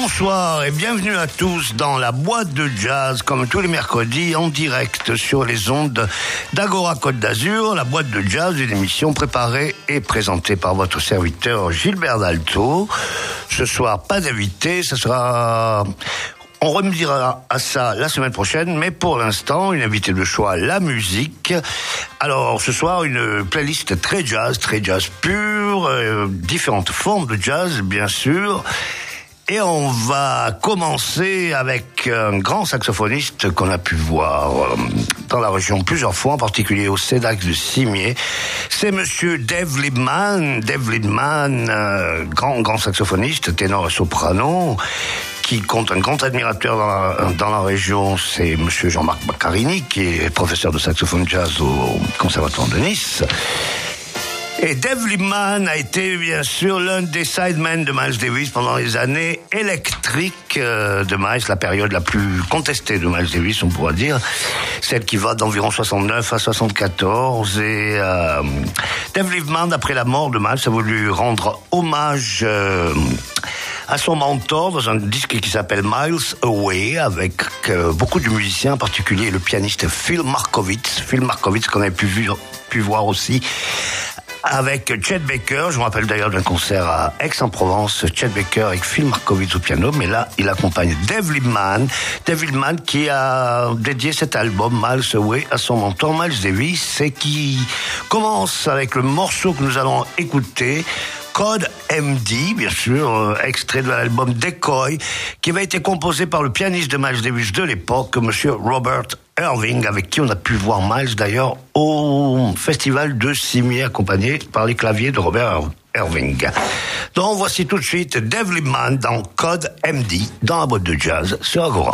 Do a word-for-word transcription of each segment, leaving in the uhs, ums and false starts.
Bonsoir et bienvenue à tous dans la boîte de jazz, comme tous les mercredis, en direct sur les ondes d'Agora Côte d'Azur. La boîte de jazz, une émission préparée et présentée par votre serviteur Gilbert Dalto. Ce soir, pas d'invité, ce sera... On remédiera à ça la semaine prochaine, mais pour l'instant, une invitée de choix, la musique. Alors, ce soir, une playlist très jazz, très jazz pur, euh, différentes formes de jazz, bien sûr. Et on va commencer avec un grand saxophoniste qu'on a pu voir dans la région plusieurs fois, en particulier au Cedax de Cimiez. C'est monsieur Dave Liebman. Dave Liebman, euh, grand, grand saxophoniste, ténor et soprano, qui compte un grand admirateur dans la, dans la région. C'est monsieur Jean-Marc Baccarini, qui est professeur de saxophone jazz au Conservatoire de Nice. Et Dave Liebman a été bien sûr l'un des sidemen de Miles Davis pendant les années électriques de Miles, la période la plus contestée de Miles Davis, on pourra dire, celle qui va d'environ soixante-neuf à soixante-quatorze. Et euh, Dave Liebman, après la mort de Miles, a voulu rendre hommage euh, à son mentor dans un disque qui s'appelle Miles Away, avec euh, beaucoup de musiciens, en particulier le pianiste Phil Markowitz. Phil Markowitz qu'on avait pu, vu, pu voir aussi avec Chet Baker. Je me rappelle d'ailleurs d'un concert à Aix-en-Provence, Chet Baker avec Phil Markowitz au piano, mais là, il accompagne Dave Liebman. Dave Liebman qui a dédié cet album, Miles Away, à son mentor Miles Davis, et qui commence avec le morceau que nous allons écouter, Code M D, bien sûr, euh, extrait de l'album Decoy, qui avait été composé par le pianiste de Miles Davis de l'époque, monsieur Robert Irving, avec qui on a pu voir Miles d'ailleurs au festival de Cimiez, accompagné par les claviers de Robert Irving. Donc voici tout de suite Dave Liebman dans Code M D, dans la boîte de jazz sur Agora.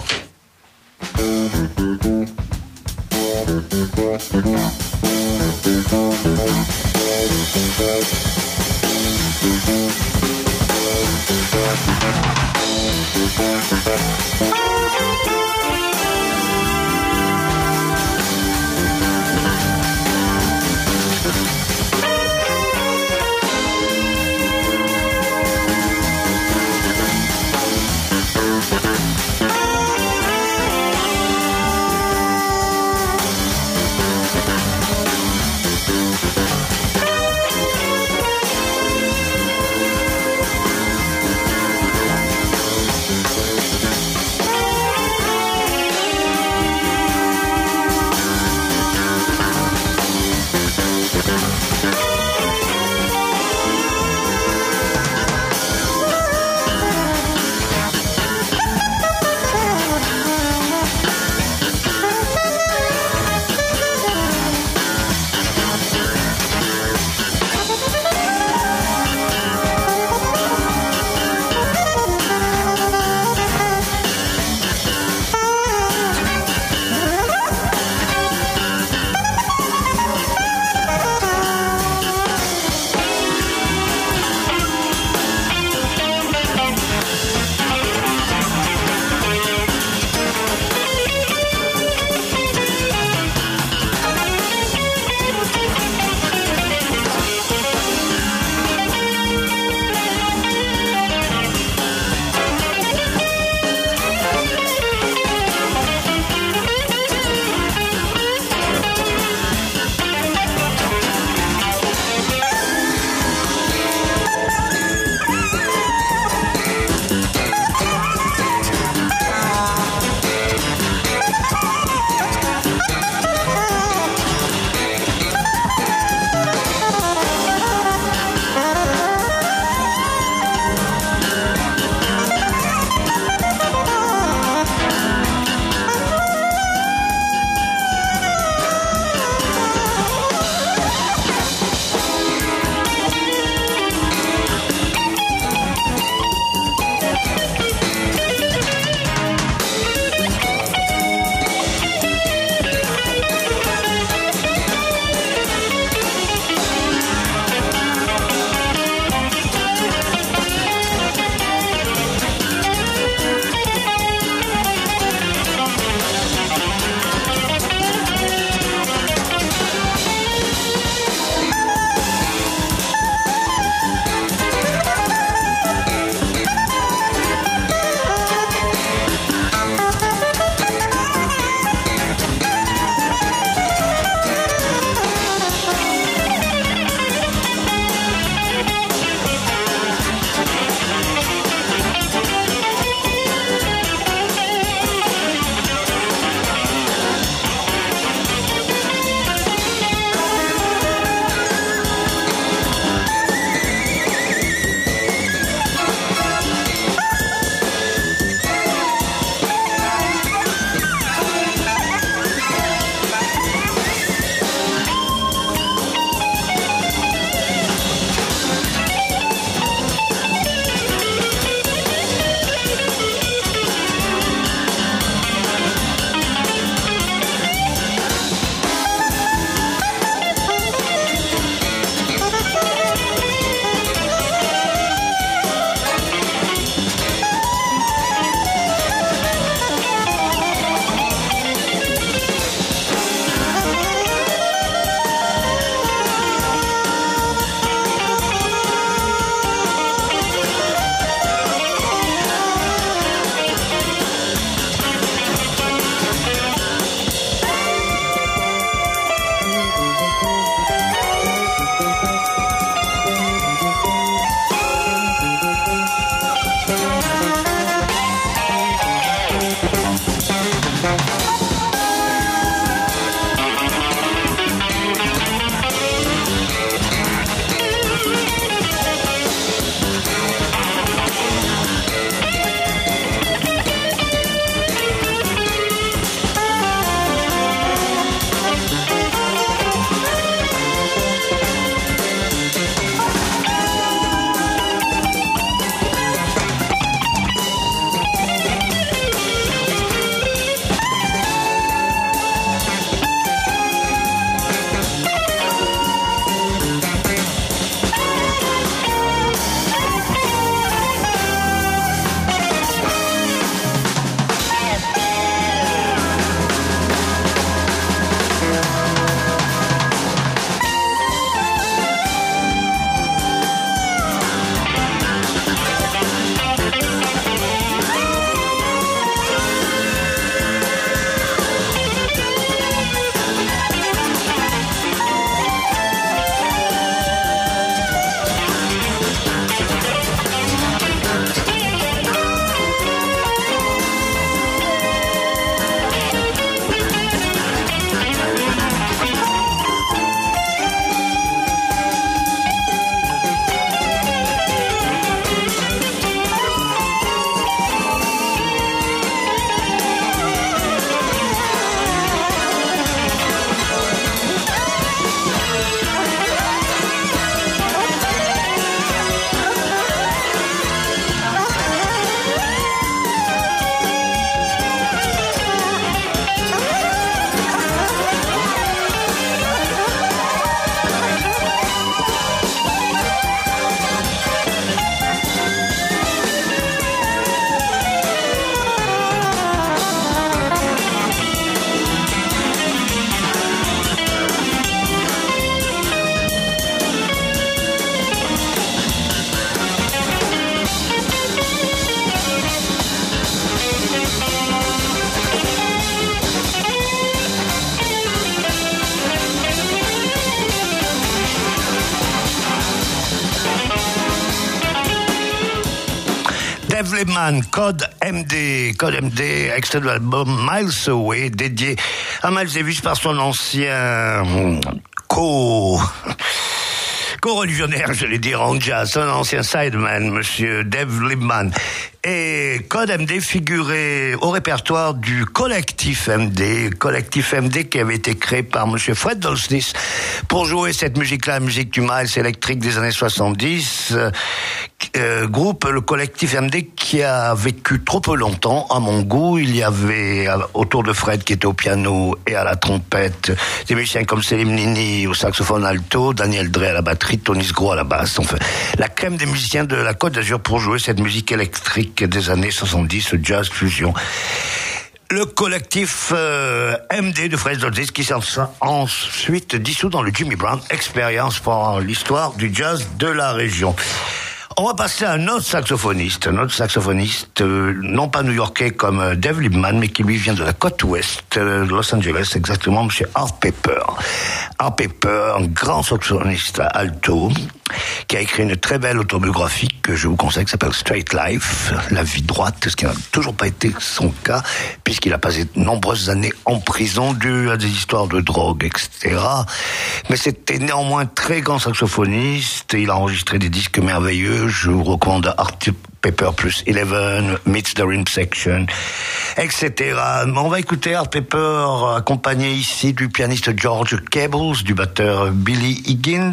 Dave Liebman, Code M D, Code M D, extrait de l'album Miles Away, dédié à Miles Davis par son ancien co... co-religionnaire, je vais dire, en jazz, son ancien sideman, monsieur Dave Liebman. Et Code M D figurait au répertoire du collectif M D, collectif M D qui avait été créé par monsieur Fred Dolsnis pour jouer cette musique-là, la musique du Miles électrique des années soixante-dix. Euh, groupe, le collectif M D qui a vécu trop peu longtemps, à mon goût. Il y avait autour de Fred qui était au piano et à la trompette des musiciens comme Selim Nini au saxophone alto, Daniel Drey à la batterie, Tony Sgro à la basse. Enfin, la crème des musiciens de la Côte d'Azur pour jouer cette musique électrique des années soixante-dix, jazz fusion. Le collectif euh, M D de Fred Dolsnis qui s'est ensuite dissous dans le Jimmy Brown Experience pour l'histoire du jazz de la région. On va passer à un autre saxophoniste, un autre saxophoniste, euh, non pas new-yorkais comme euh, Dave Liebman, mais qui lui vient de la côte ouest euh, de Los Angeles, exactement, monsieur Art Pepper. Art Pepper, un grand saxophoniste alto, qui a écrit une très belle autobiographie que je vous conseille, qui s'appelle Straight Life, la vie droite, ce qui n'a toujours pas été son cas, puisqu'il a passé de nombreuses années en prison dû à des histoires de drogue, et cetera. Mais c'était néanmoins un très grand saxophoniste, il a enregistré des disques merveilleux. Je vous recommande Art Pepper plus Eleven, Meets the Rim Section, et cetera. On va écouter Art Pepper accompagné ici du pianiste George Cables, du batteur Billy Higgins,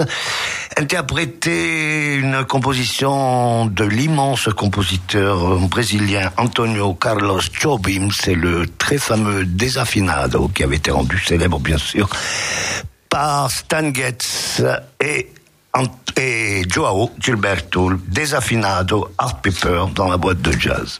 interpréter une composition de l'immense compositeur brésilien Antonio Carlos Jobim. C'est le très fameux Desafinado qui avait été rendu célèbre, bien sûr, par Stan Getz et et Joao Gilberto, Desafinado, Art Pepper dans la boîte de jazz.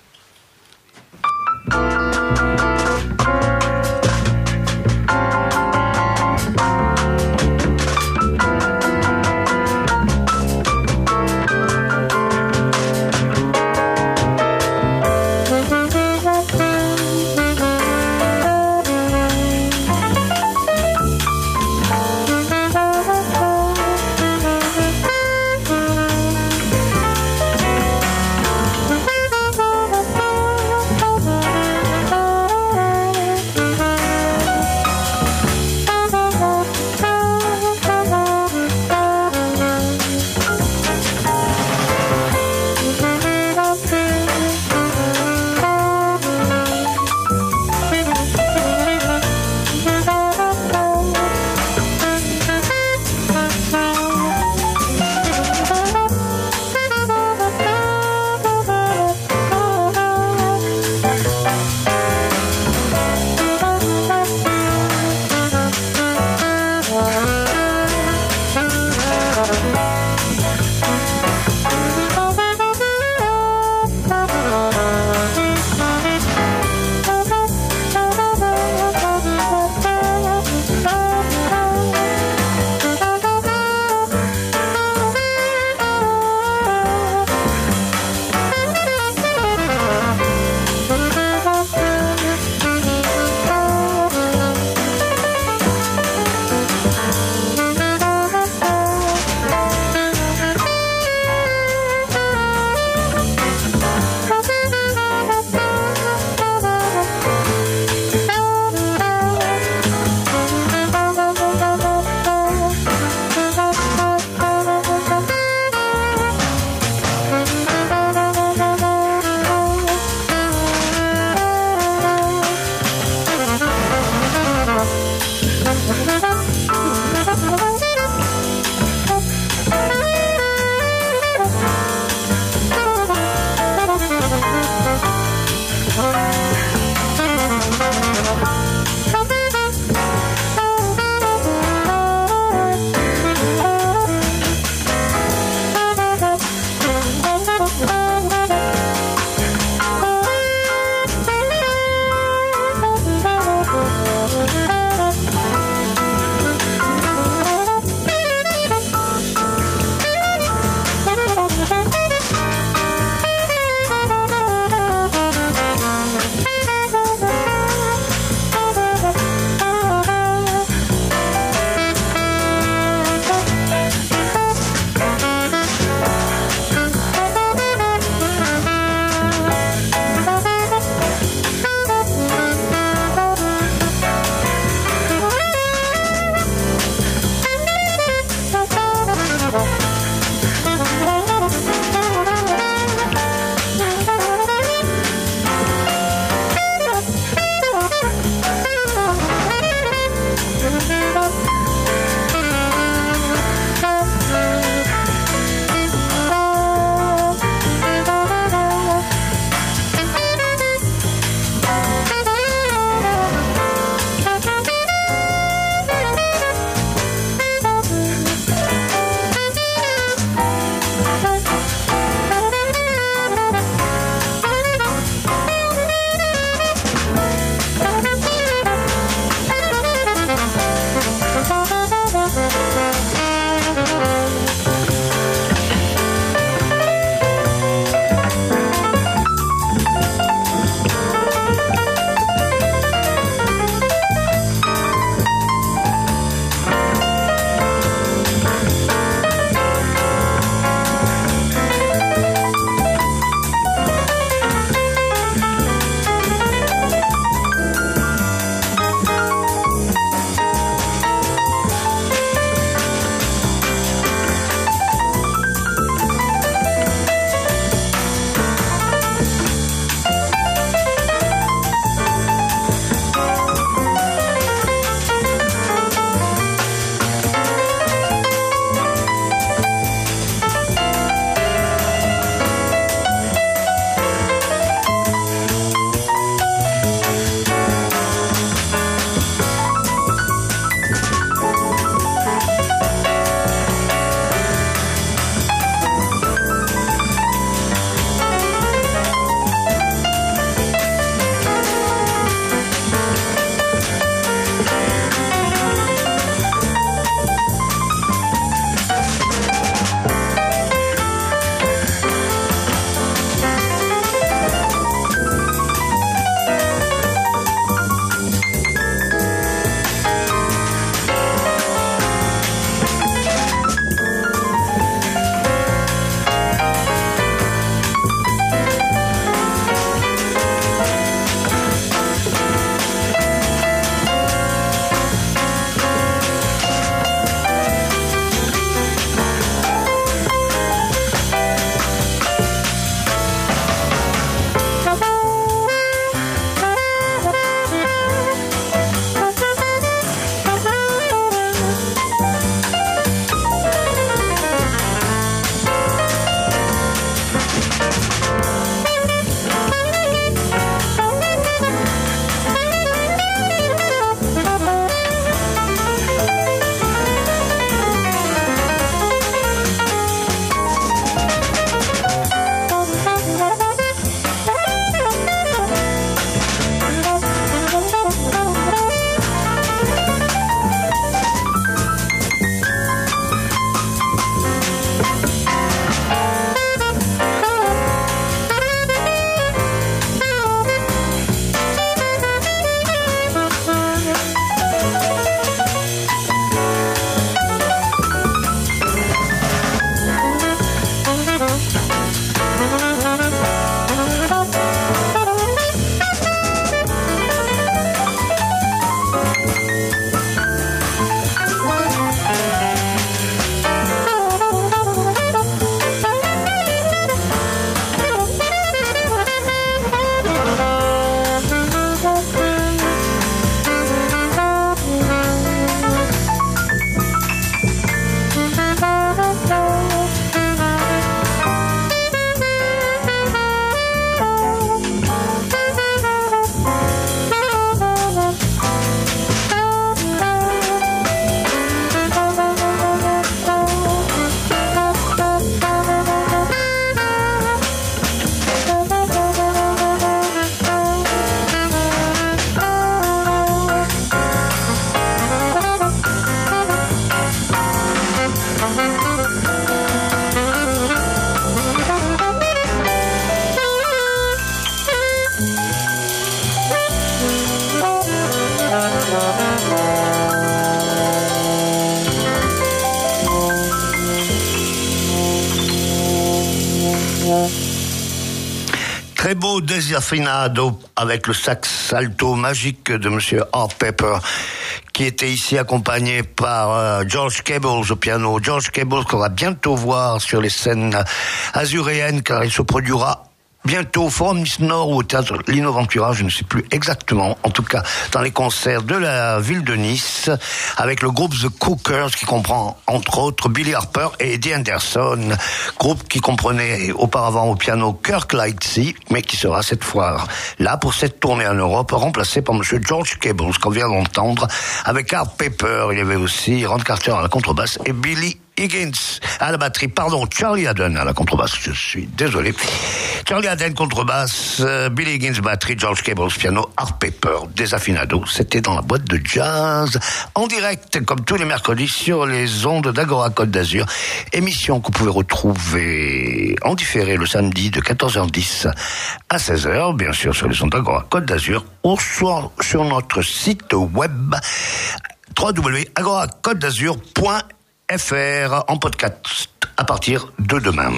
Très beau Desafinado avec le sax alto magique de Monsieur Art Pepper, qui était ici accompagné par euh, George Cables au piano. George Cables qu'on va bientôt voir sur les scènes azuréennes, car il se produira bientôt au Forum Nice Nord ou au Théâtre Lino Ventura, je ne sais plus exactement, en tout cas dans les concerts de la ville de Nice, avec le groupe The Cookers qui comprend entre autres Billy Harper et Eddie Anderson, groupe qui comprenait auparavant au piano Kirk Lightsey, mais qui sera cette fois là pour cette tournée en Europe, remplacé par Monsieur George Cables qu'on vient d'entendre, avec Art Pepper. Il y avait aussi Ron Carter à la contrebasse et Billy Higgins à la batterie, pardon, Charlie Haden à la contrebasse, je suis désolé. Charlie Haden contrebasse, euh, Billy Higgins batterie, George Cables piano, Art Pepper Desafinado. C'était dans la boîte de jazz, en direct, comme tous les mercredis, sur les ondes d'Agora Côte d'Azur. Émission que vous pouvez retrouver en différé le samedi de quatorze heures dix à seize heures, bien sûr sur les ondes d'Agora Côte d'Azur, ou soit sur notre site web w w w point agora côte d'azur point f r en podcast à partir de demain.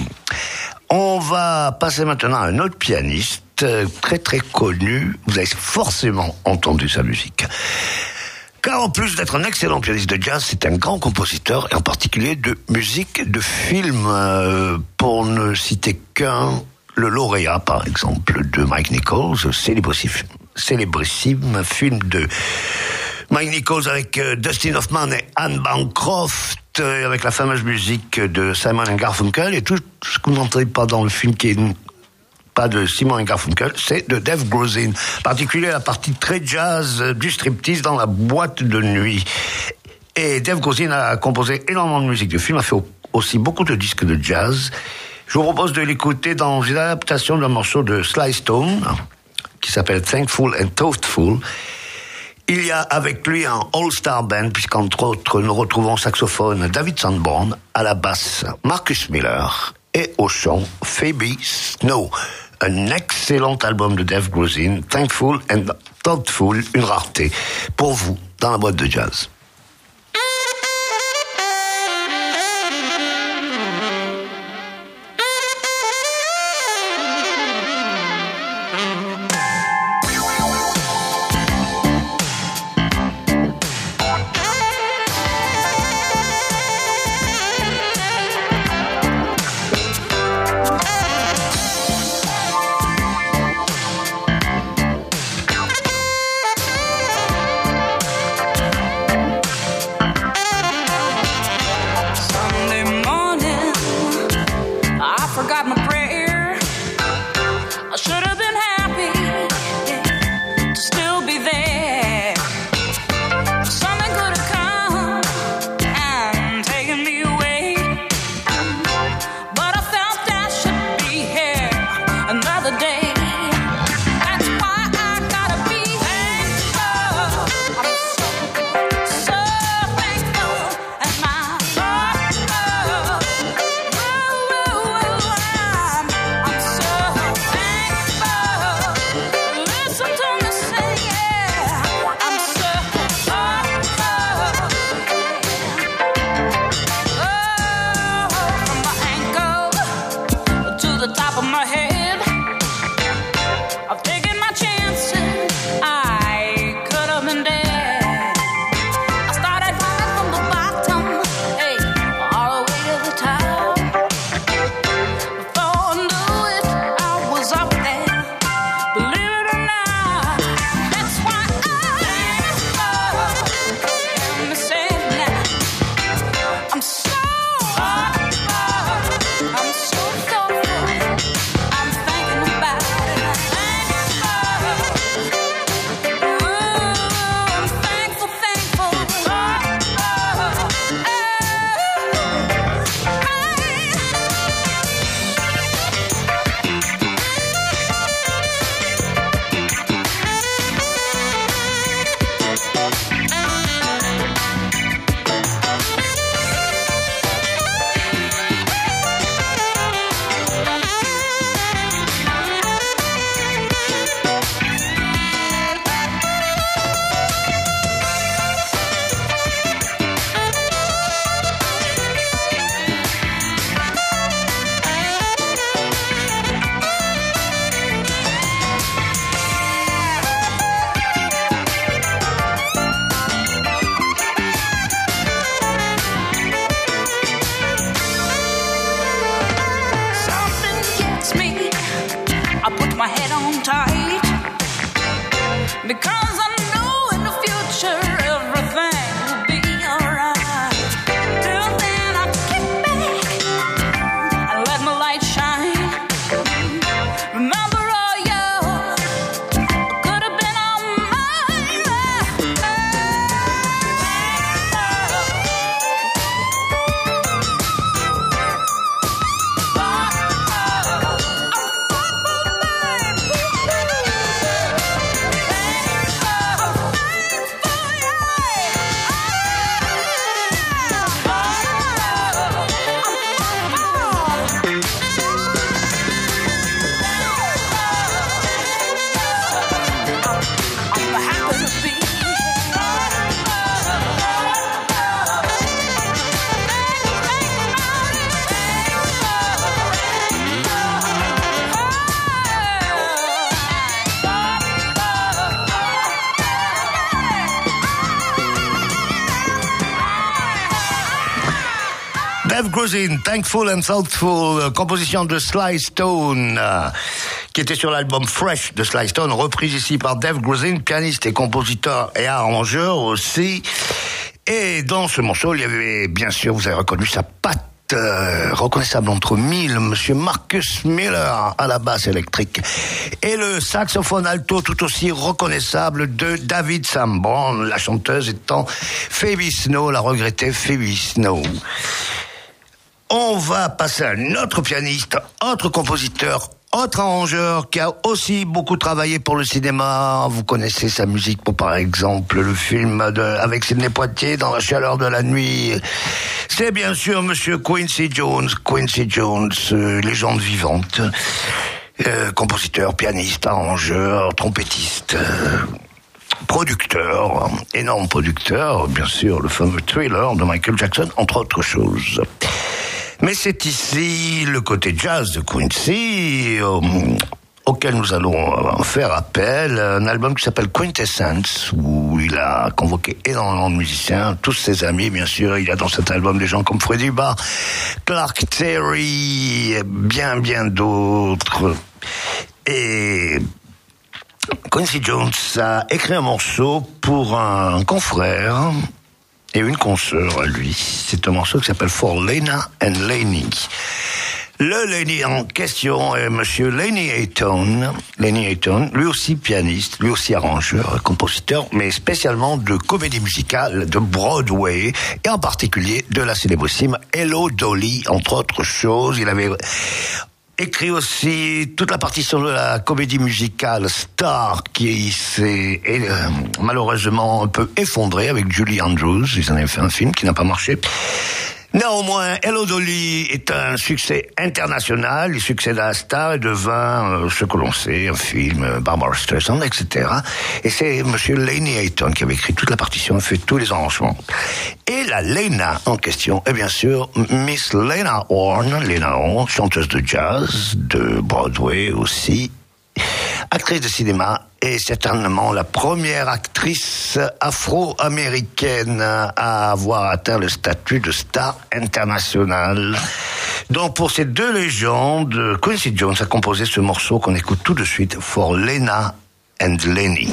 On va passer maintenant à un autre pianiste très très connu. Vous avez forcément entendu sa musique. Car en plus d'être un excellent pianiste de jazz, c'est un grand compositeur, et en particulier de musique de film. Euh, pour ne citer qu'un, le lauréat par exemple de Mike Nichols, célébrissime, célébrissime film de Mike Nichols avec euh, Dustin Hoffman et Anne Bancroft, euh, avec la fameuse musique de Simon and Garfunkel, et tout ce que vous n'entendez pas dans le film qui est pas de Simon and Garfunkel, c'est de Dave Grusin, en particulier la partie très jazz du striptease dans la boîte de nuit. Et Dave Grusin a composé énormément de musique de film, a fait aussi beaucoup de disques de jazz. Je vous propose de l'écouter dans une adaptation d'un morceau de Sly Stone qui s'appelle Thankful and Toastful. Il y a avec lui un all-star band, puisqu'entre autres, nous retrouvons au saxophone David Sanborn, à la basse Marcus Miller, et au chant Phoebe Snow. Un excellent album de Dave Grusin, Thankful and Thoughtful, une rareté pour vous dans la boîte de jazz. Thankful because I know in the future everything will be alright. Till then I kick back and let my light shine. Remember all yours could have been all mine. Dave Grusin, Thankful and Thoughtful, euh, composition de Sly Stone, euh, qui était sur l'album Fresh de Sly Stone, reprise ici par Dave Grusin, pianiste et compositeur et arrangeur aussi. Et dans ce morceau, il y avait, bien sûr, vous avez reconnu sa patte euh, reconnaissable entre mille, Monsieur Marcus Miller à la basse électrique, et le saxophone alto tout aussi reconnaissable de David Sanborn, la chanteuse étant Phoebe Snow, la regrettée Phoebe Snow. On va passer à un autre pianiste, autre compositeur, autre arrangeur qui a aussi beaucoup travaillé pour le cinéma. Vous connaissez sa musique pour, par exemple, le film de, avec Sidney Poitier, Dans la chaleur de la nuit. C'est bien sûr Monsieur Quincy Jones. Quincy Jones, euh, légende vivante, euh, compositeur, pianiste, arrangeur, trompettiste, euh, producteur, énorme producteur, bien sûr, le fameux Thriller de Michael Jackson, entre autres choses. Mais c'est ici le côté jazz de Quincy euh, auquel nous allons faire appel, un album qui s'appelle Quintessence, où il a convoqué énormément de musiciens, tous ses amis bien sûr. Il y a dans cet album des gens comme Freddie Barr, Clark Terry, bien bien d'autres. Et Quincy Jones a écrit un morceau pour un confrère et une consoeur à lui. C'est un morceau qui s'appelle For Lena and Laney. Le Laney en question est Monsieur Laney Hayton. Laney Hayton, lui aussi pianiste, lui aussi arrangeur, compositeur, mais spécialement de comédie musicale de Broadway, et en particulier de la célébrissime Hello Dolly, entre autres choses. Il avait écrit aussi toute la partition de la comédie musicale Star, qui s'est euh, malheureusement un peu effondrée avec Julie Andrews. Ils en avaient fait un film qui n'a pas marché. Néanmoins, Hello Dolly est un succès international. Il succède à Star et devint euh, ce que l'on sait, un film, euh, Barbara Streisand, et cetera. Et c'est Monsieur Laney Hayton qui avait écrit toute la partition et fait tous les arrangements. Et la Lena en question est bien sûr Miss Lena Horne, Lena Horne, chanteuse de jazz, de Broadway aussi, actrice de cinéma et certainement la première actrice afro-américaine à avoir atteint le statut de star internationale. Donc pour ces deux légendes, Quincy Jones a composé ce morceau qu'on écoute tout de suite, For Lena and Laney.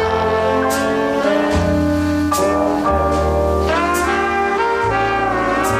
Thank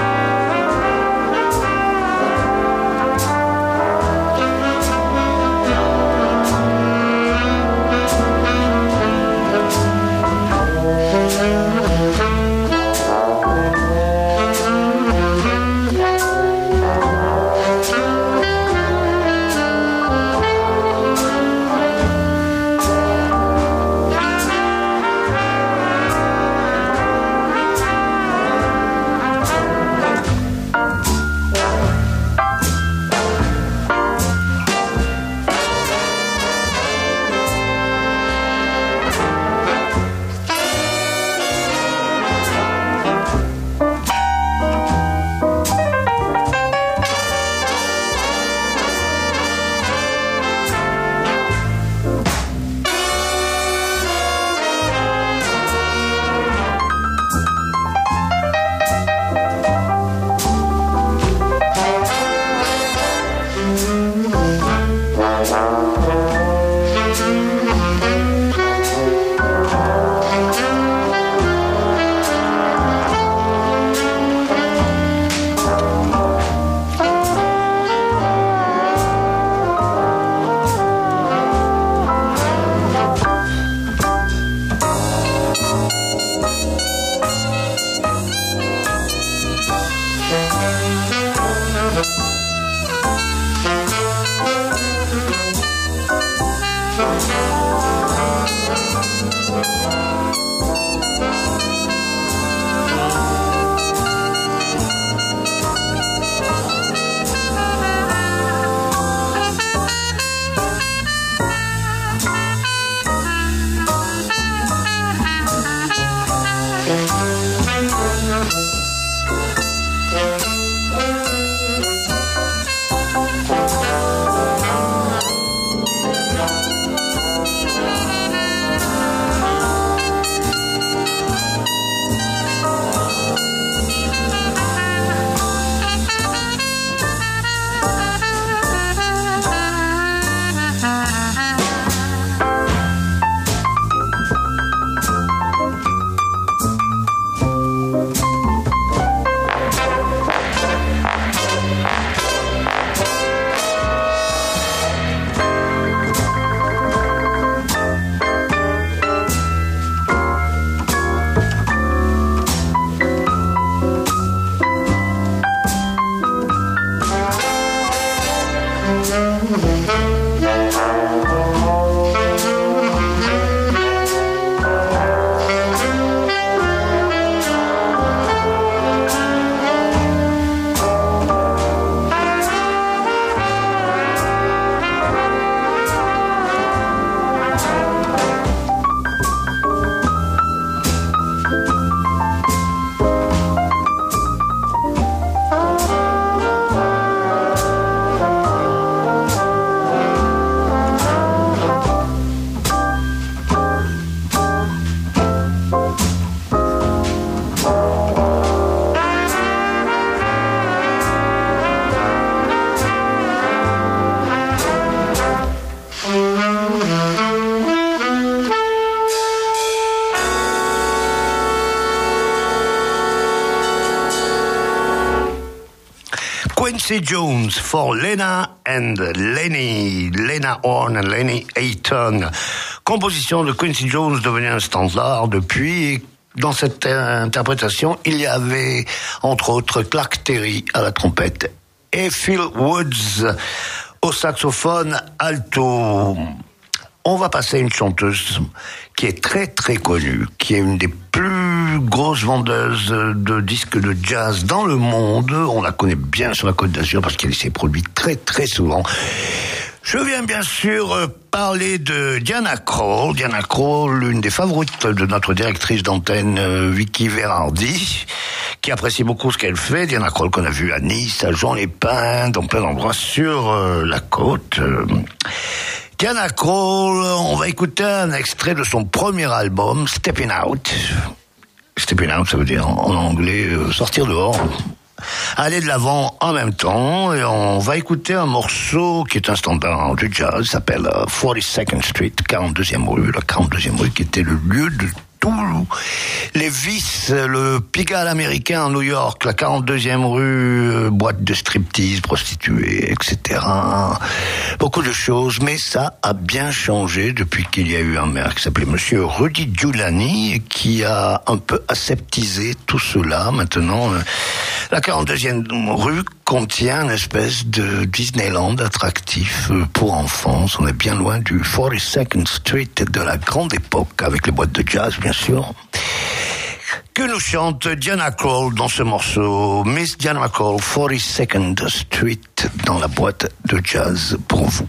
Quincy Jones for Lena and Lenny, Lena Horne and Lenny Hayton. Composition de Quincy Jones devenue un standard depuis. Dans cette interprétation, il y avait entre autres Clark Terry à la trompette et Phil Woods au saxophone alto. On va passer à une chanteuse qui est très très connue, qui est une des plus grosses vendeuses de disques de jazz dans le monde. On la connaît bien sur la Côte d'Azur parce qu'elle s'est produite très très souvent. Je viens bien sûr parler de Diana Krall. Diana Krall, l'une des favorites de notre directrice d'antenne, Vicky Verardi, qui apprécie beaucoup ce qu'elle fait. Diana Krall qu'on a vu à Nice, à Jean-les-Pins, dans plein d'endroits sur euh, la côte. Diana Krall, on va écouter un extrait de son premier album, Stepping Out. Stepping Out, ça veut dire en anglais euh, sortir dehors. Aller de l'avant en même temps, et on va écouter un morceau qui est un standard du jazz, s'appelle forty-second Street, quarante-deuxième rue, la quarante-deuxième rue qui était le lieu de tous les vices, le Pigalle américain à New York, la quarante-deuxième rue, euh, boîte de striptease, prostituées, et cetera. Beaucoup de choses, mais ça a bien changé depuis qu'il y a eu un maire qui s'appelait Monsieur Rudy Giuliani, qui a un peu aseptisé tout cela. Maintenant, euh, la quarante-deuxième rue contient une espèce de Disneyland attractif pour enfants. On est bien loin du forty-second Street de la grande époque, avec les boîtes de jazz, bien sûr. Que nous chante Diana Krall dans ce morceau. Miss Diana Krall, forty-second Street, dans la boîte de jazz pour vous.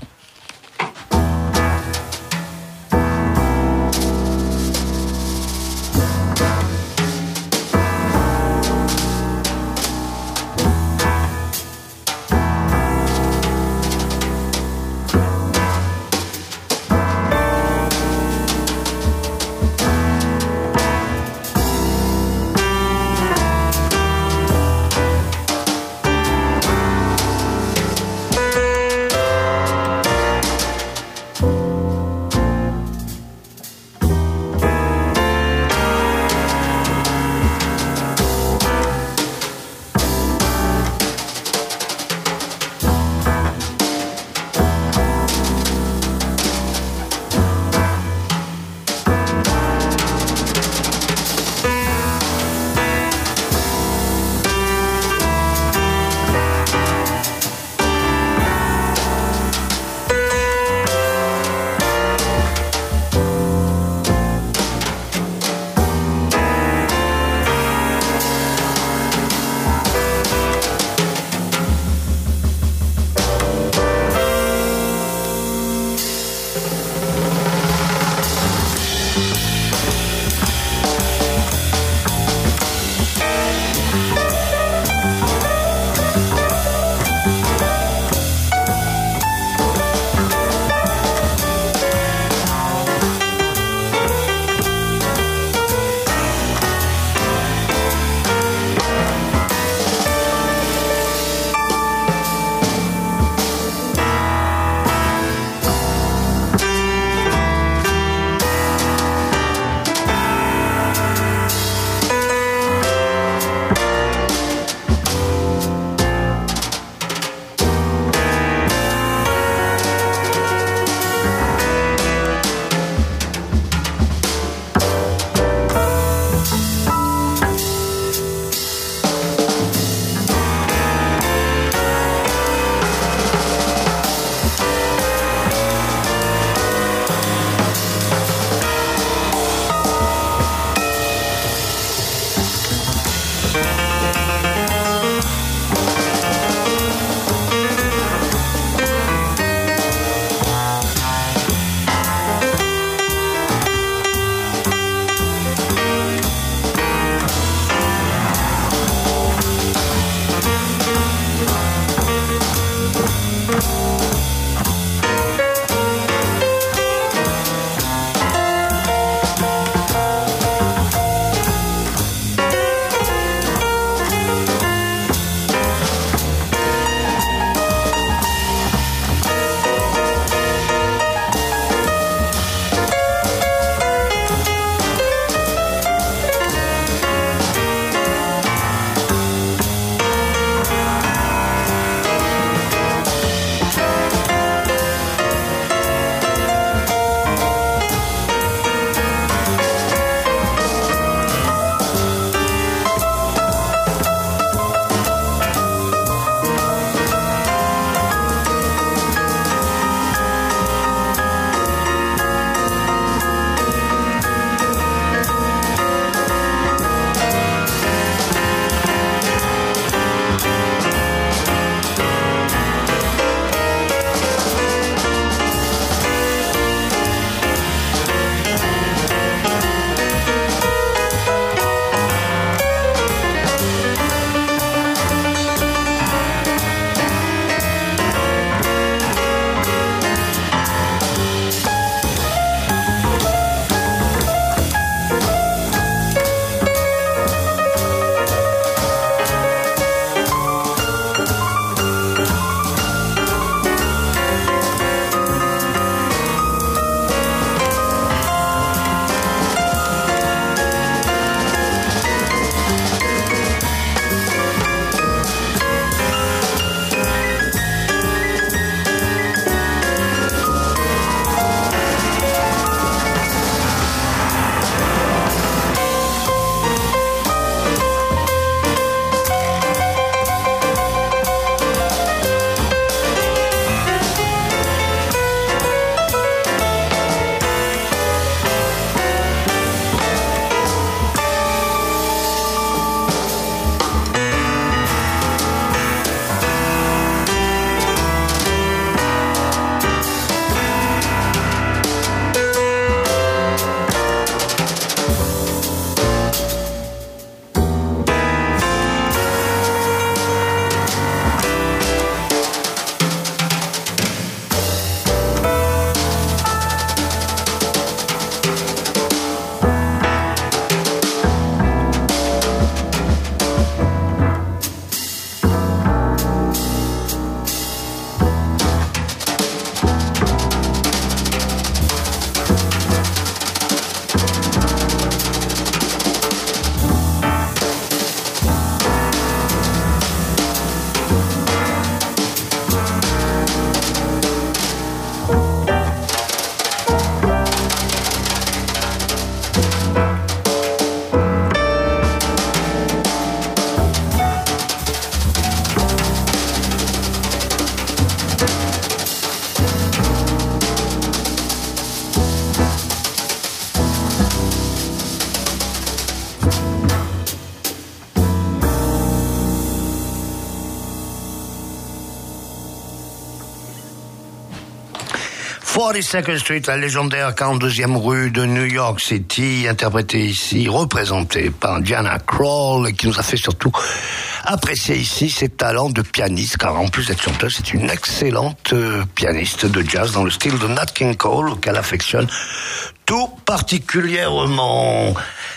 forty-second Street, la légendaire quarante-deuxième rue de New York City, interprétée ici, représentée par Diana Krall, qui nous a fait surtout apprécier ici ses talents de pianiste, car en plus d'être chanteuse, c'est une excellente euh, pianiste de jazz dans le style de Nat King Cole, qu'elle affectionne tout particulièrement.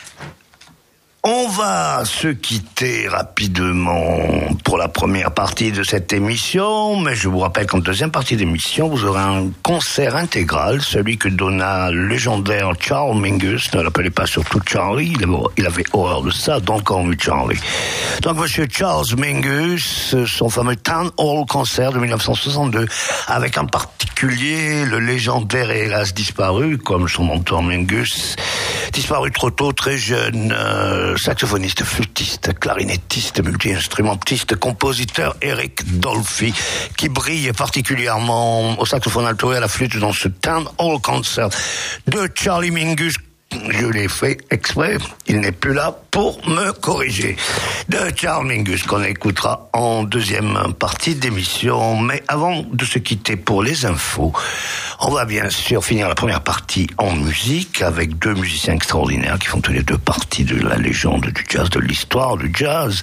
On va se quitter rapidement pour la première partie de cette émission, mais je vous rappelle qu'en deuxième partie d'émission, vous aurez un concert intégral, celui que donna le légendaire Charles Mingus. Ne l'appelez pas surtout Charlie, il avait, il avait horreur de ça, donc on lui Charlie. Donc monsieur Charles Mingus, son fameux Town Hall concert de dix-neuf cent soixante-deux, avec en particulier le légendaire et hélas disparu, comme son mentor Mingus, disparu trop tôt, très jeune, euh, saxophoniste, flûtiste, clarinettiste, multi-instrumentiste, compositeur Eric Dolphy, qui brille particulièrement au saxophone alto et à la flûte dans ce Town Hall Concert de Charlie Mingus. Je l'ai fait exprès, il n'est plus là pour me corriger. De Charles Mingus, qu'on écoutera en deuxième partie d'émission. Mais avant de se quitter pour les infos, on va bien sûr finir la première partie en musique avec deux musiciens extraordinaires qui font tous les deux partie de la légende du jazz, de l'histoire du jazz.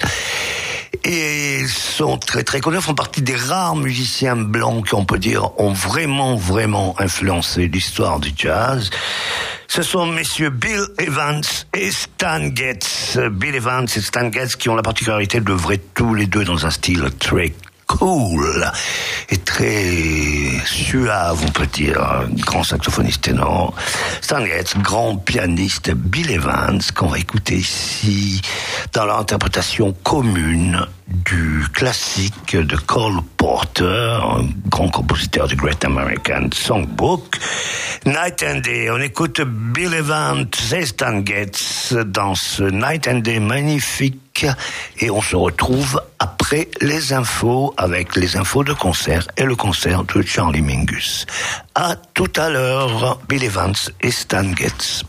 Et sont très très connus, font partie des rares musiciens blancs qui, on peut dire, ont vraiment vraiment influencé l'histoire du jazz. Ce sont messieurs Bill Evans et Stan Getz. Bill Evans et Stan Getz qui ont la particularité d'œuvrer tous les deux dans un style très cool et très suave, on peut dire. Grand saxophoniste ténor Stan Getz, grand pianiste Bill Evans, qu'on va écouter ici dans l'interprétation commune du classique de Cole Porter, un grand compositeur du Great American Songbook, Night and Day. On écoute Bill Evans et Stan Getz dans ce Night and Day magnifique et on se retrouve après les infos avec les infos de concert et le concert de Charlie Mingus. À tout à l'heure, Bill Evans et Stan Getz.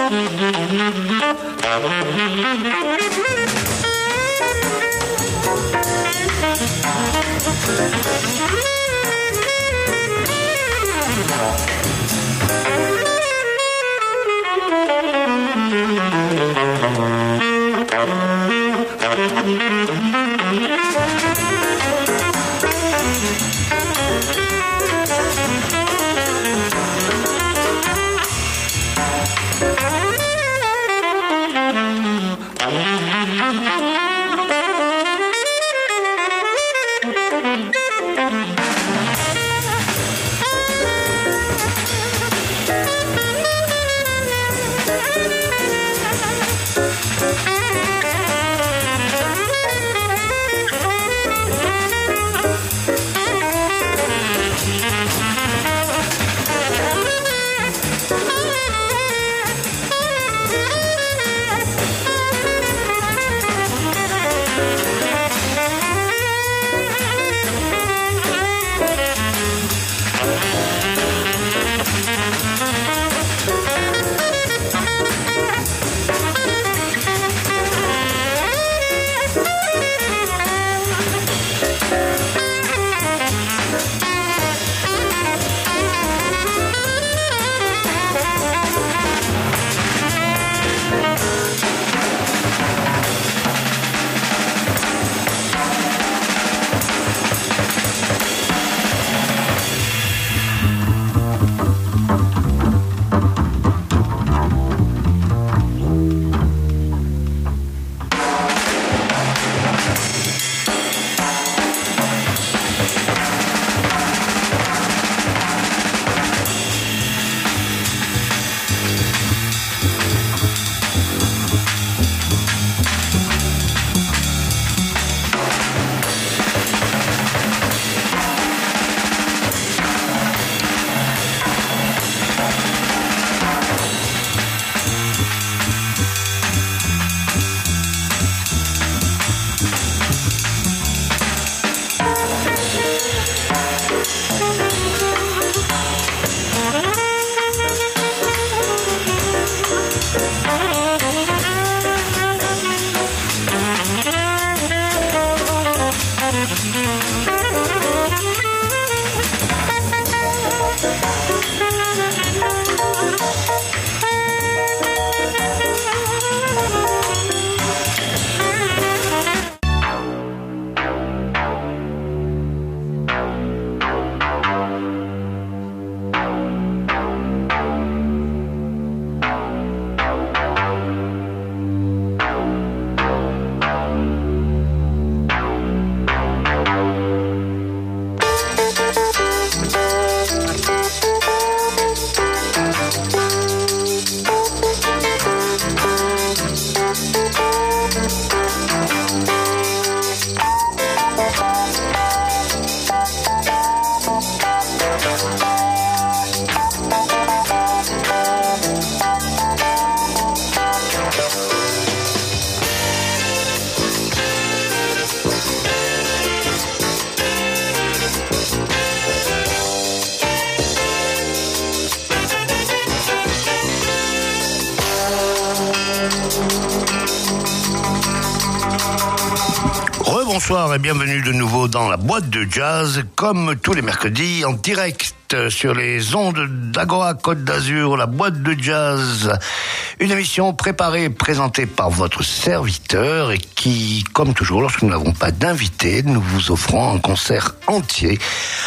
Bonsoir et bienvenue de nouveau dans la boîte de jazz, comme tous les mercredis en direct sur les ondes d'Agora Côte d'Azur, la boîte de jazz, une émission préparée et présentée par votre serviteur et qui, comme toujours, lorsque nous n'avons pas d'invité, nous vous offrons un concert entier,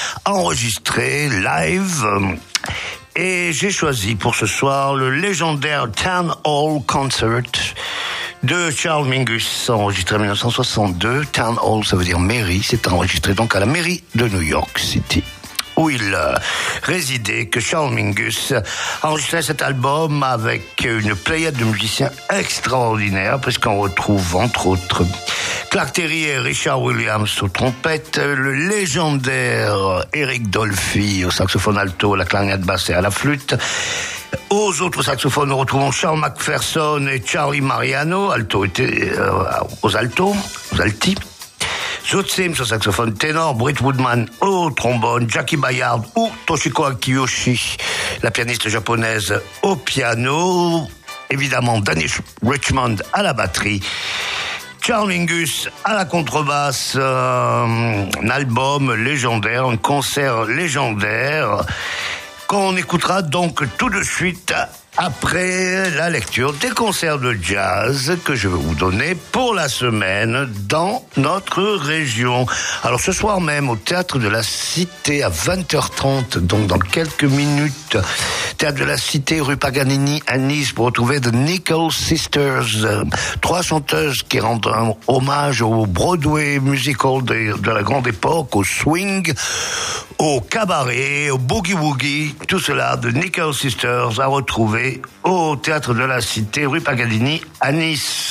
enregistré, live. Et j'ai choisi pour ce soir le légendaire Town Hall Concert de Charles Mingus, enregistré en dix-neuf cent soixante-deux. Town Hall, ça veut dire mairie. C'est enregistré donc à la mairie de New York City, où il euh, résidait, que Charles Mingus a enregistré cet album avec une pléiade de musiciens extraordinaires, puisqu'on retrouve entre autres Clark Terry et Richard Williams aux trompettes, le légendaire Eric Dolphy au saxophone alto, la clarinette basse et à la flûte. Aux autres saxophones, nous retrouvons Charles McPherson et Charlie Mariano, alto et t- euh, aux altos, aux altis. Zoot Sims au saxophone ténor, Britt Woodman au trombone, Jackie Bayard ou Toshiko Akiyoshi, la pianiste japonaise, au piano. évidemment Danny Richmond à la batterie, Charles Mingus à la contrebasse, euh, un album légendaire, un concert légendaire qu'on écoutera donc tout de suite après la lecture des concerts de jazz que je vais vous donner pour la semaine dans notre région. Alors ce soir même au Théâtre de la Cité à vingt heures trente, donc dans quelques minutes, Théâtre de la Cité rue Paganini à Nice pour retrouver The Nickel Sisters, trois chanteuses qui rendent un hommage au Broadway musical de, de la grande époque, au swing, au cabaret, au boogie-woogie, tout cela de Nickel Sisters à retrouver au Théâtre de la Cité, rue Paganini, à Nice.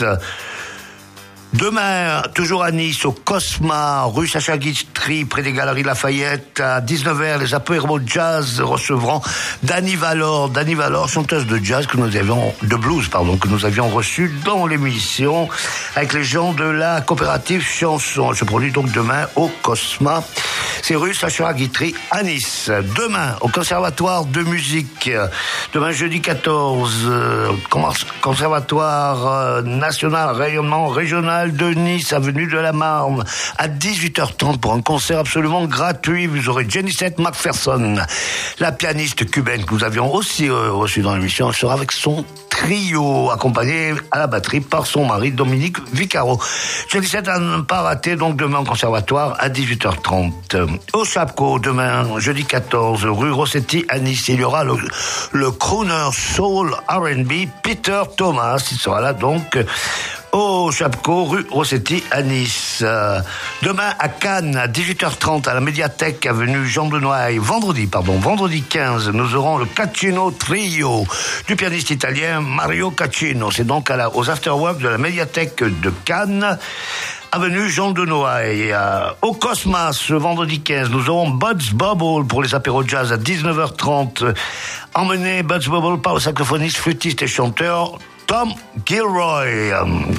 Demain, toujours à Nice, au Cosma, rue Sacha Guitry, près des Galeries Lafayette, à dix-neuf heures, les apéros jazz recevront Dani Valor, Dani Valor, chanteuse de jazz que nous avions, de blues, pardon, que nous avions reçue dans l'émission avec les gens de la coopérative Chanson. Elle se produit donc demain au Cosma. C'est rue Sacha Guitry à Nice. Demain, au Conservatoire de musique. Demain, jeudi quatorze, euh, Conservatoire euh, national, rayonnement régional de Nice, avenue de la Marne, à dix-huit heures trente pour un concert absolument gratuit. Vous aurez Jeanissette McPherson, la pianiste cubaine que nous avions aussi euh, reçue dans l'émission. Elle sera avec son trio, accompagné à la batterie par son mari Dominique Vicaro. Jeanissette à ne pas rater, donc demain au Conservatoire à dix-huit heures trente. Au Chapco, demain, jeudi quatorze, rue Rossetti à Nice, il y aura le, le crooner soul R and B Peter Thomas. Il sera là donc au Chapco, rue Rossetti à Nice. Euh, demain à Cannes, à dix-huit heures trente, à la médiathèque, avenue Jean de Noailles. Vendredi, pardon, vendredi quinze, nous aurons le Caccino Trio du pianiste italien Mario Caccino. C'est donc à la, aux afterworks de la médiathèque de Cannes, avenue Jean de Noailles. Euh, au Cosmas, ce vendredi quinze, nous aurons Bud's Bubble pour les apéros jazz à dix-neuf heures trente. Emmené Bud's Bubble par le saxophoniste, flûtiste et chanteur Tom Gilroy.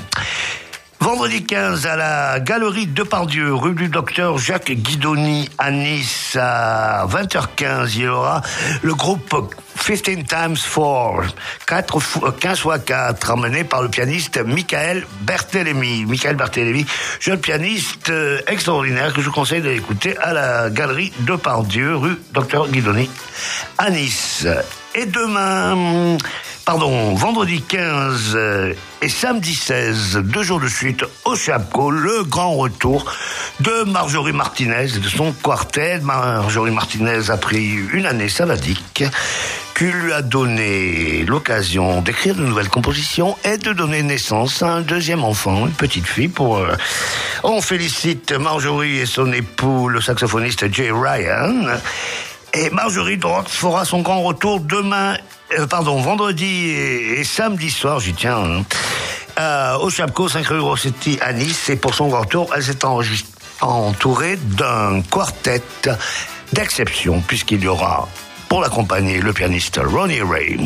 Vendredi quinze, à la Galerie Depardieu, rue du Docteur Jacques Guidoni à Nice, à vingt heures quinze, il y aura le groupe quinze times quatre, quinze fois quatre, emmené par le pianiste Michael Berthelemy. Michael Berthelemy, jeune pianiste euh, extraordinaire que je vous conseille d'écouter à la Galerie Depardieu, rue Docteur Guidoni à Nice. Et demain, pardon, vendredi quinze et samedi seize, deux jours de suite au Chapco, le grand retour de Marjorie Martinez et de son quartet. Marjorie Martinez a pris une année sabbatique qui lui a donné l'occasion d'écrire de nouvelles compositions et de donner naissance à un deuxième enfant, une petite fille. Pour euh... On félicite Marjorie et son époux, le saxophoniste Jay Ryan. Et Marjorie donc fera son grand retour demain, euh, pardon, vendredi et, et samedi soir, j'y tiens, hein, euh, au Chapco, cinq rue Rossetti à Nice. Et pour son grand retour, elle s'est entourée d'un quartet d'exception, puisqu'il y aura pour l'accompagner le pianiste Ronnie Ray,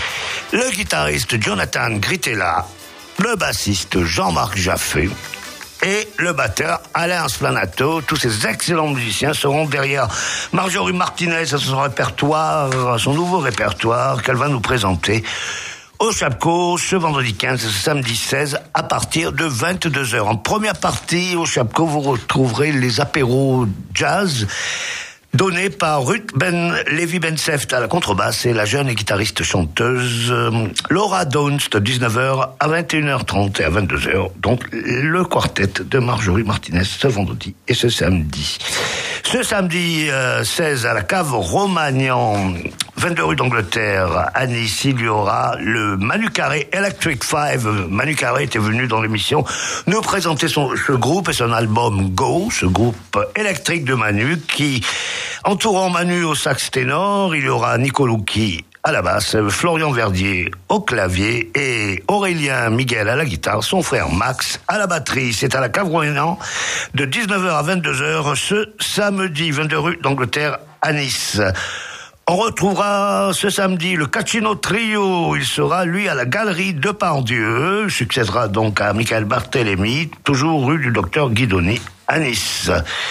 le guitariste Jonathan Gritella, le bassiste Jean-Marc Jaffé et le batteur Alain Splanato. Tous ces excellents musiciens seront derrière Marjorie Martinez à son répertoire, à son nouveau répertoire qu'elle va nous présenter au Chapco ce vendredi quinze et ce samedi seize à partir de vingt-deux heures. En première partie au Chapco, vous retrouverez les apéros jazz donnés par Ruth Ben Lévy Benseft à la contrebasse et la jeune et guitariste chanteuse euh, Laura Downs de dix-neuf heures à vingt et une heures trente et à vingt-deux heures. Donc le quartet de Marjorie Martinez ce vendredi et ce samedi. Ce samedi euh, seize à la cave Romagnan, vingt-deux rue d'Angleterre à Nice, il y aura le Manu Carré Electric Five. Manu Carré était venu dans l'émission nous présenter son, ce groupe et son album Go, ce groupe électrique de Manu qui, entourant Manu au sax ténor, il y aura Nico Lucchi à la basse, Florian Verdier au clavier et Aurélien Miguel à la guitare, son frère Max à la batterie. C'est à la cave Romagnan de dix-neuf heures à vingt-deux heures ce samedi, vingt-deux rue d'Angleterre à Nice. On retrouvera ce samedi le Caccino Trio. Il sera, lui, à la Galerie Depardieu. Succédera donc à Michael Barthélémy, toujours rue du Docteur Guidoni à Nice.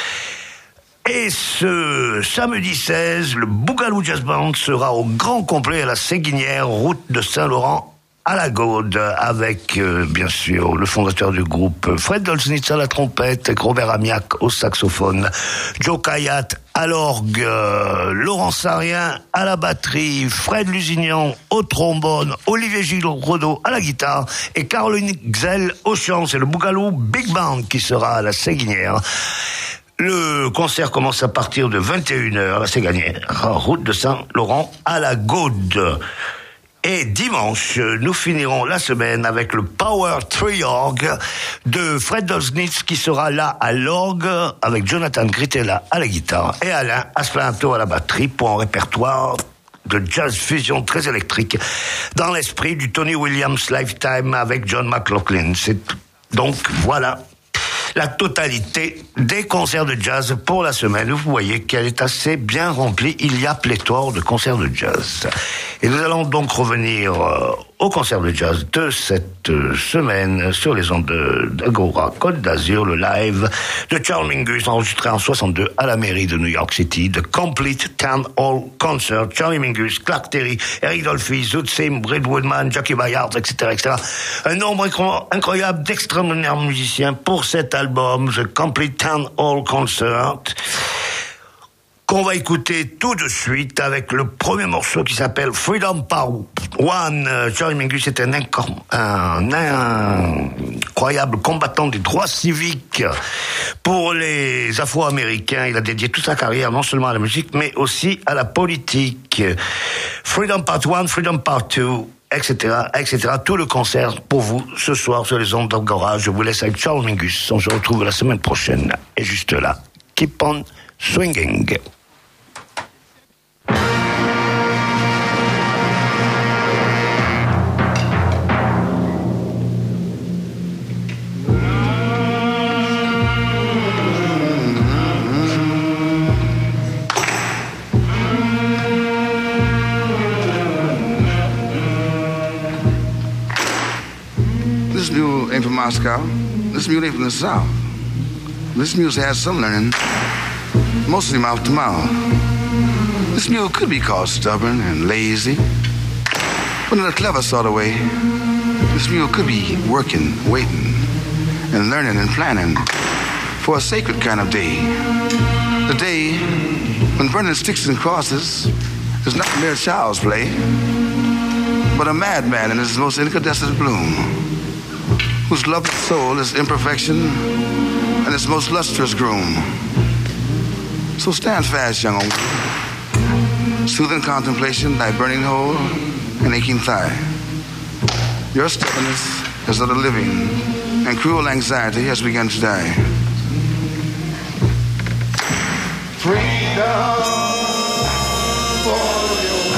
Et ce samedi seize, le Bougalou Jazz Band sera au grand complet à la Séguinière, route de Saint-Laurent à la Gaude avec, euh, bien sûr, le fondateur du groupe, Fred Dolznitz à la trompette, Robert Amiac au saxophone, Joe Kayat à l'orgue, euh, Laurent Sarien à la batterie, Fred Lusignan au trombone, Olivier Giraudot à la guitare et Caroline Xel au chant. C'est le Bougalou Big Band qui sera à la Séguinière. Le concert commence à partir de vingt et une heures à la Séguinière, route de Saint-Laurent à la Gaude. Et dimanche, nous finirons la semaine avec le Power Triorgue de Fred Dolznitz qui sera là à l'orgue avec Jonathan Gritella à la guitare et Alain Asplanto à la batterie pour un répertoire de jazz fusion très électrique dans l'esprit du Tony Williams Lifetime avec John McLaughlin. C'est donc voilà la totalité des concerts de jazz pour la semaine. Vous voyez qu'elle est assez bien remplie. Il y a pléthore de concerts de jazz. Et nous allons donc revenir euh, au concert de jazz de cette euh, semaine sur les ondes d'Agora Côte d'Azur, le live de Charles Mingus enregistré en soixante-deux à la mairie de New York City, The Complete Town Hall Concert. Charlie Mingus, Clark Terry, Eric Dolphy, Zoot Sim, Brad Woodman, Jackie Bayard, et cetera, et cetera. Un nombre incroyable d'extraordinaires musiciens pour cet album, The Complete Town Hall Concert, qu'on va écouter tout de suite avec le premier morceau qui s'appelle Freedom Part One. Charlie Mingus est un, incom- un, un incroyable combattant des droits civiques pour les Afro-Américains. Il a dédié toute sa carrière non seulement à la musique, mais aussi à la politique. Freedom Part One, Freedom Part Two, et cetera, et cetera. Tout le concert pour vous ce soir sur les ondes d'Agora. Je vous laisse avec Charles Mingus. On se retrouve la semaine prochaine. Et juste là, keep on swinging. This mule ain't from Moscow. This mule ain't from the South. This mule's had some learning, mostly mouth to mouth. This mule could be called stubborn and lazy, but in a clever sort of way. This mule could be working, waiting, and learning and planning for a sacred kind of day. The day when burning sticks and crosses is not mere child's play, but a madman in his most incandescent bloom, whose lovely soul is imperfection and its most lustrous groom. So stand fast, young old, soothing contemplation, thy burning hole and aching thigh. Your stubbornness is of the living, and cruel anxiety has begun to die. Freedom for your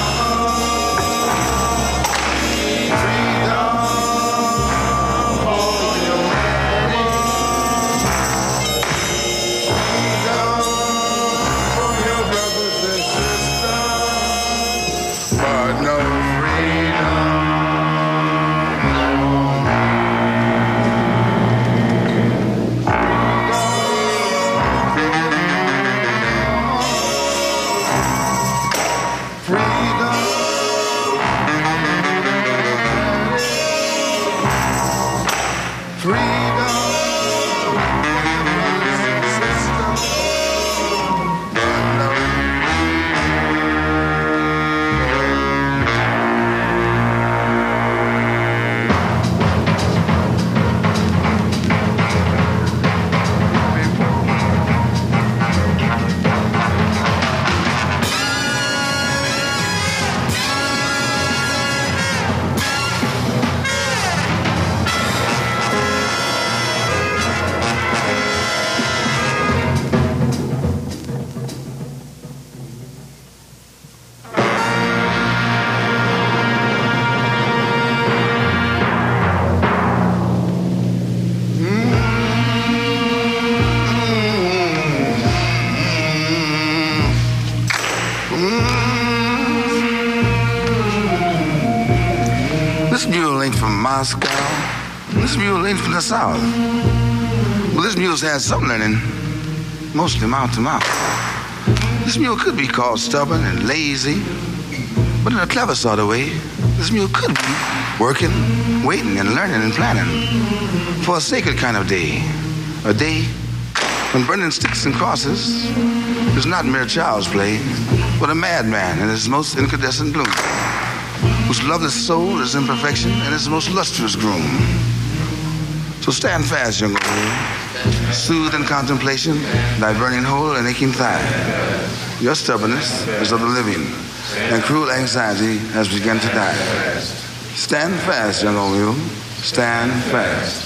Moscow. This mule ain't from the South. Well, this mule's had some learning, mostly mouth to mouth. This mule could be called stubborn and lazy, but in a clever sort of way. This mule could be working, waiting, and learning and planning for a sacred kind of day. A day when burning sticks and crosses is not mere child's play, but a madman in his most incandescent bloom, whose loveless soul is imperfection and his most lustrous groom. So stand fast, young old, soothe in contemplation thy burning hole and aching thigh. Your stubbornness is of the living, and cruel anxiety has begun to die. Stand fast, young old mule, stand fast.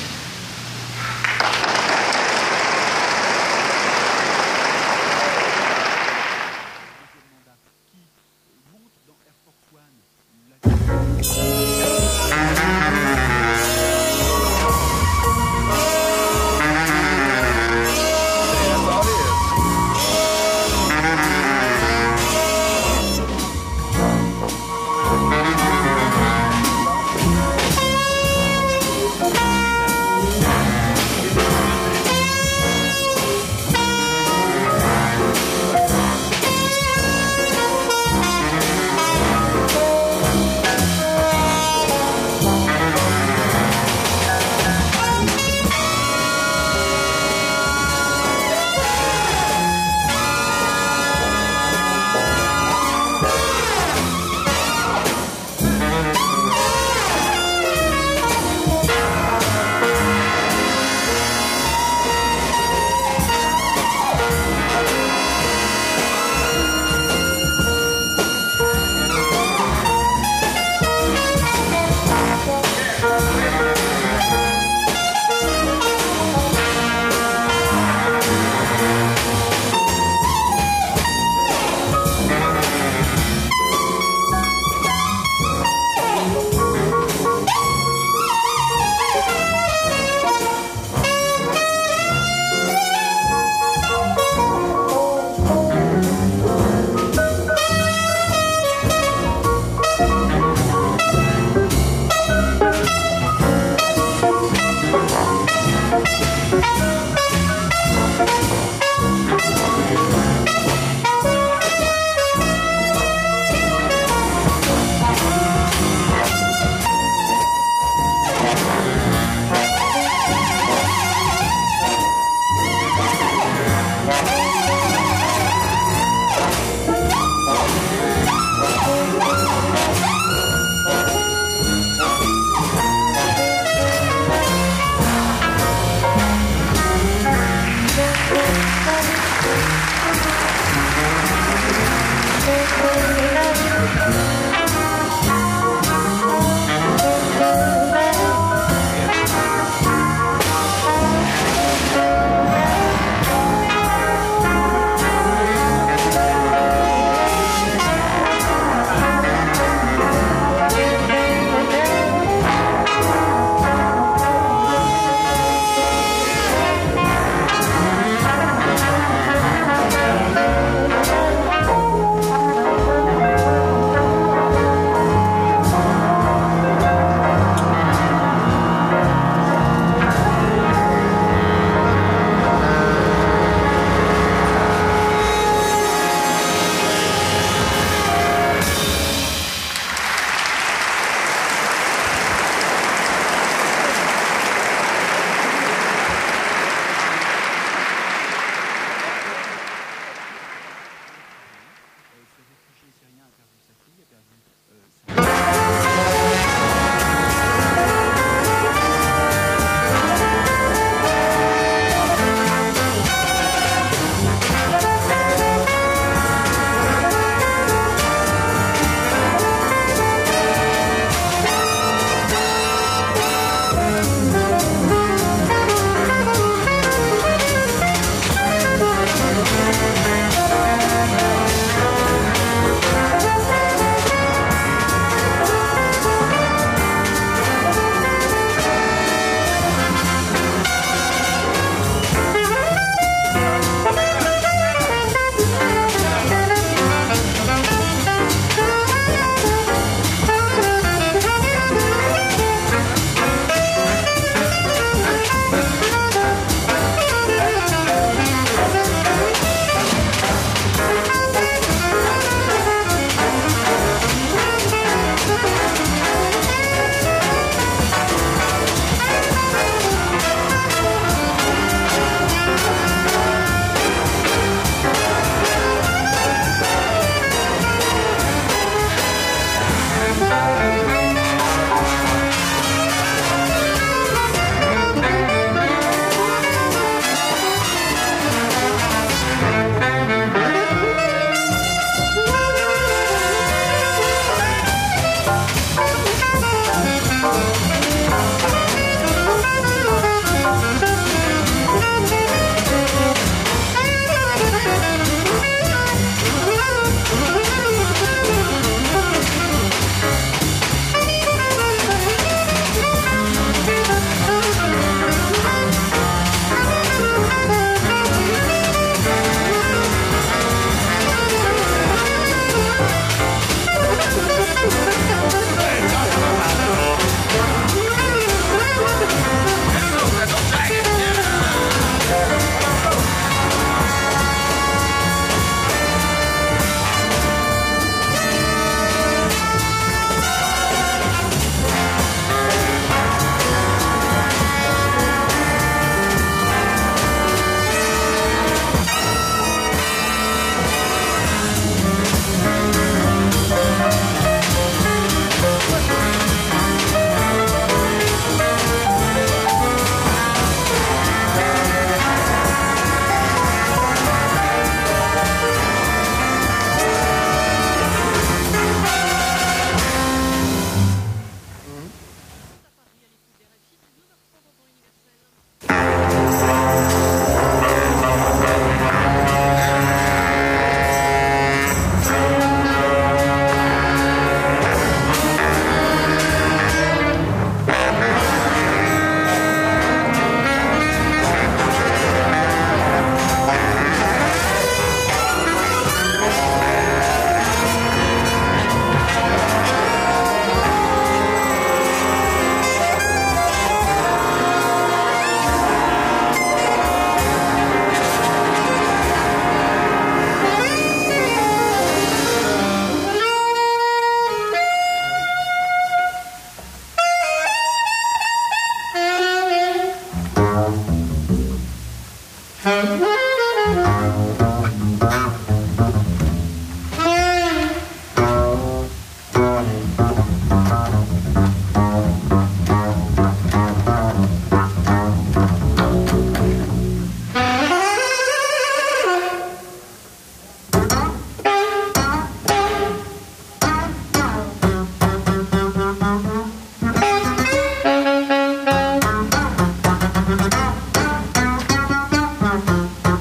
Thank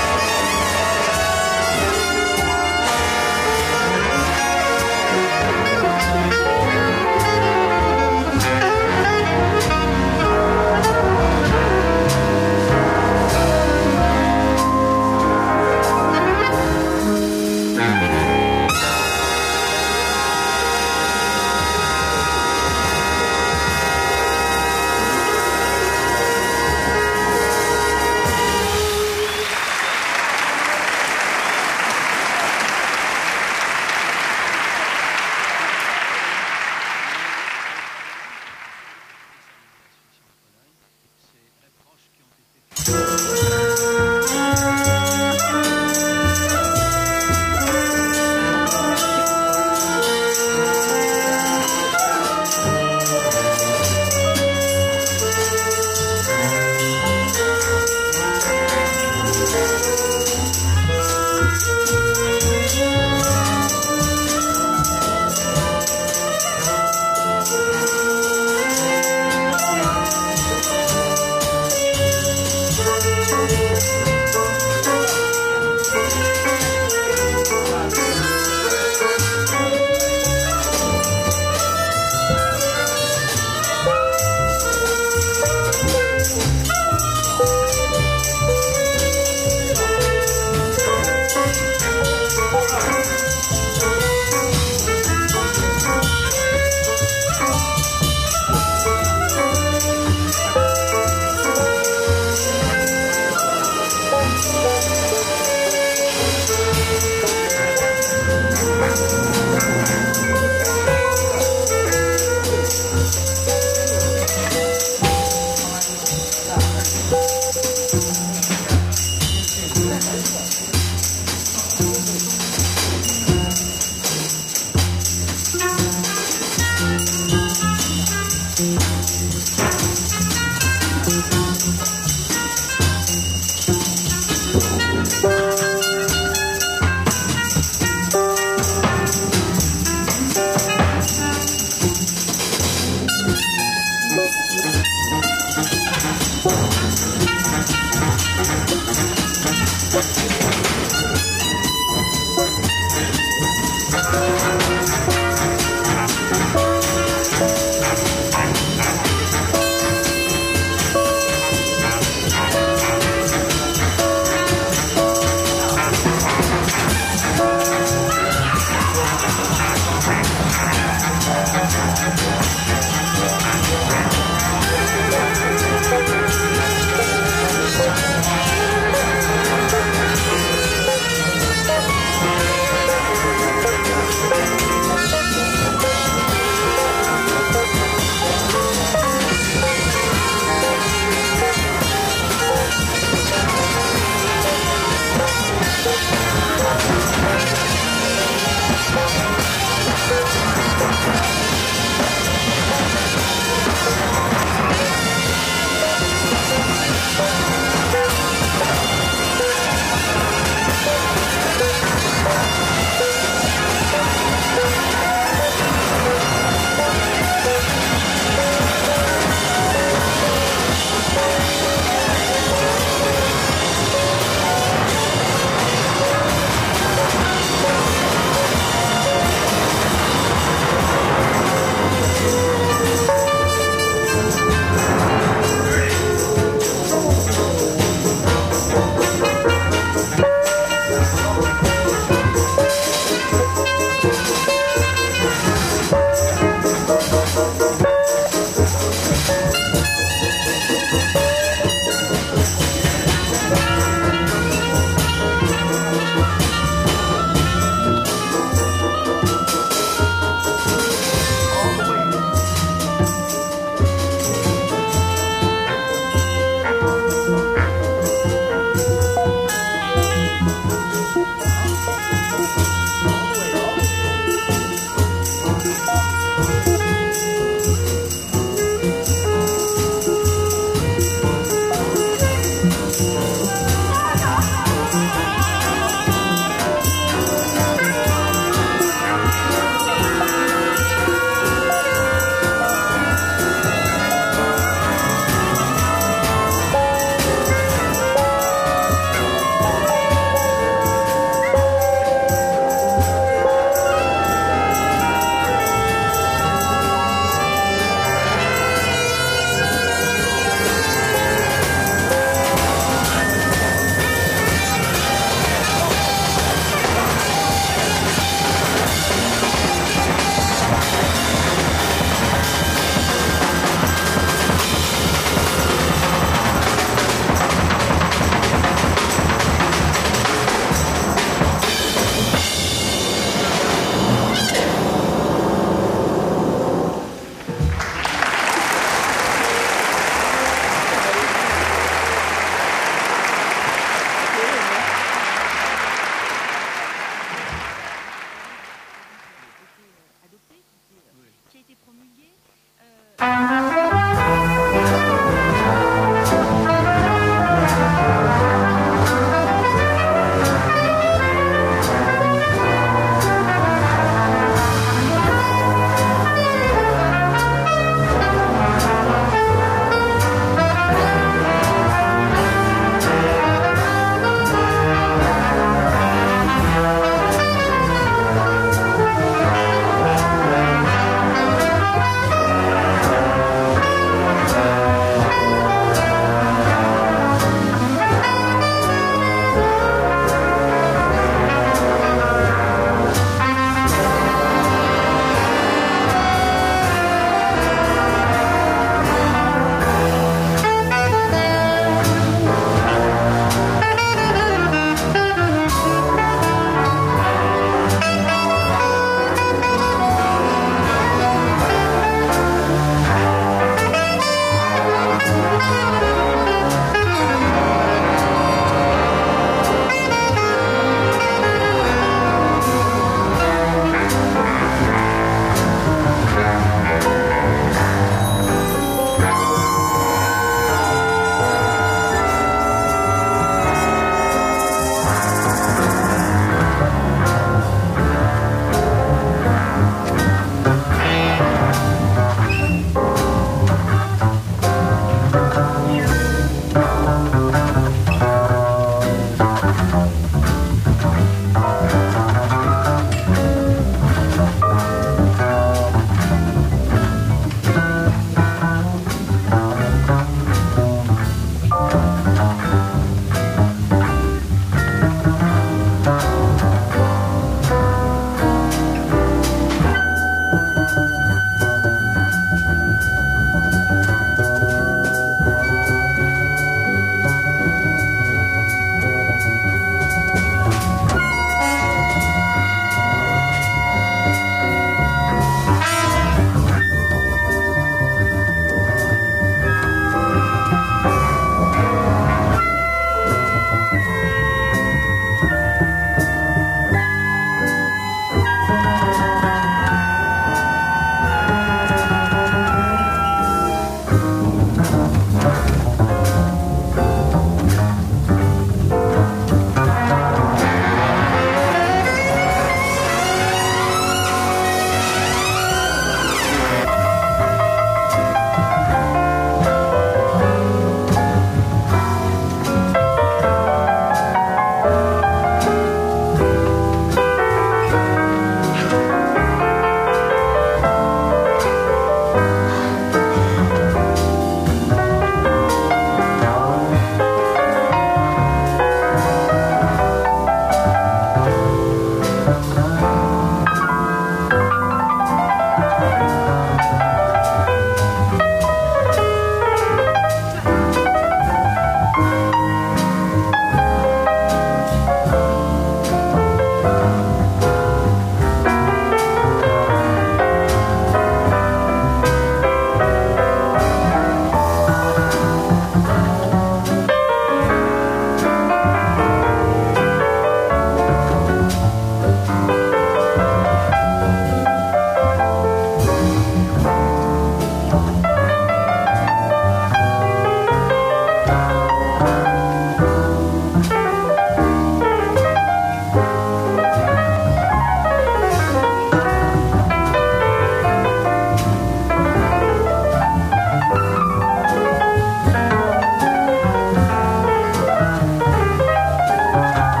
Thank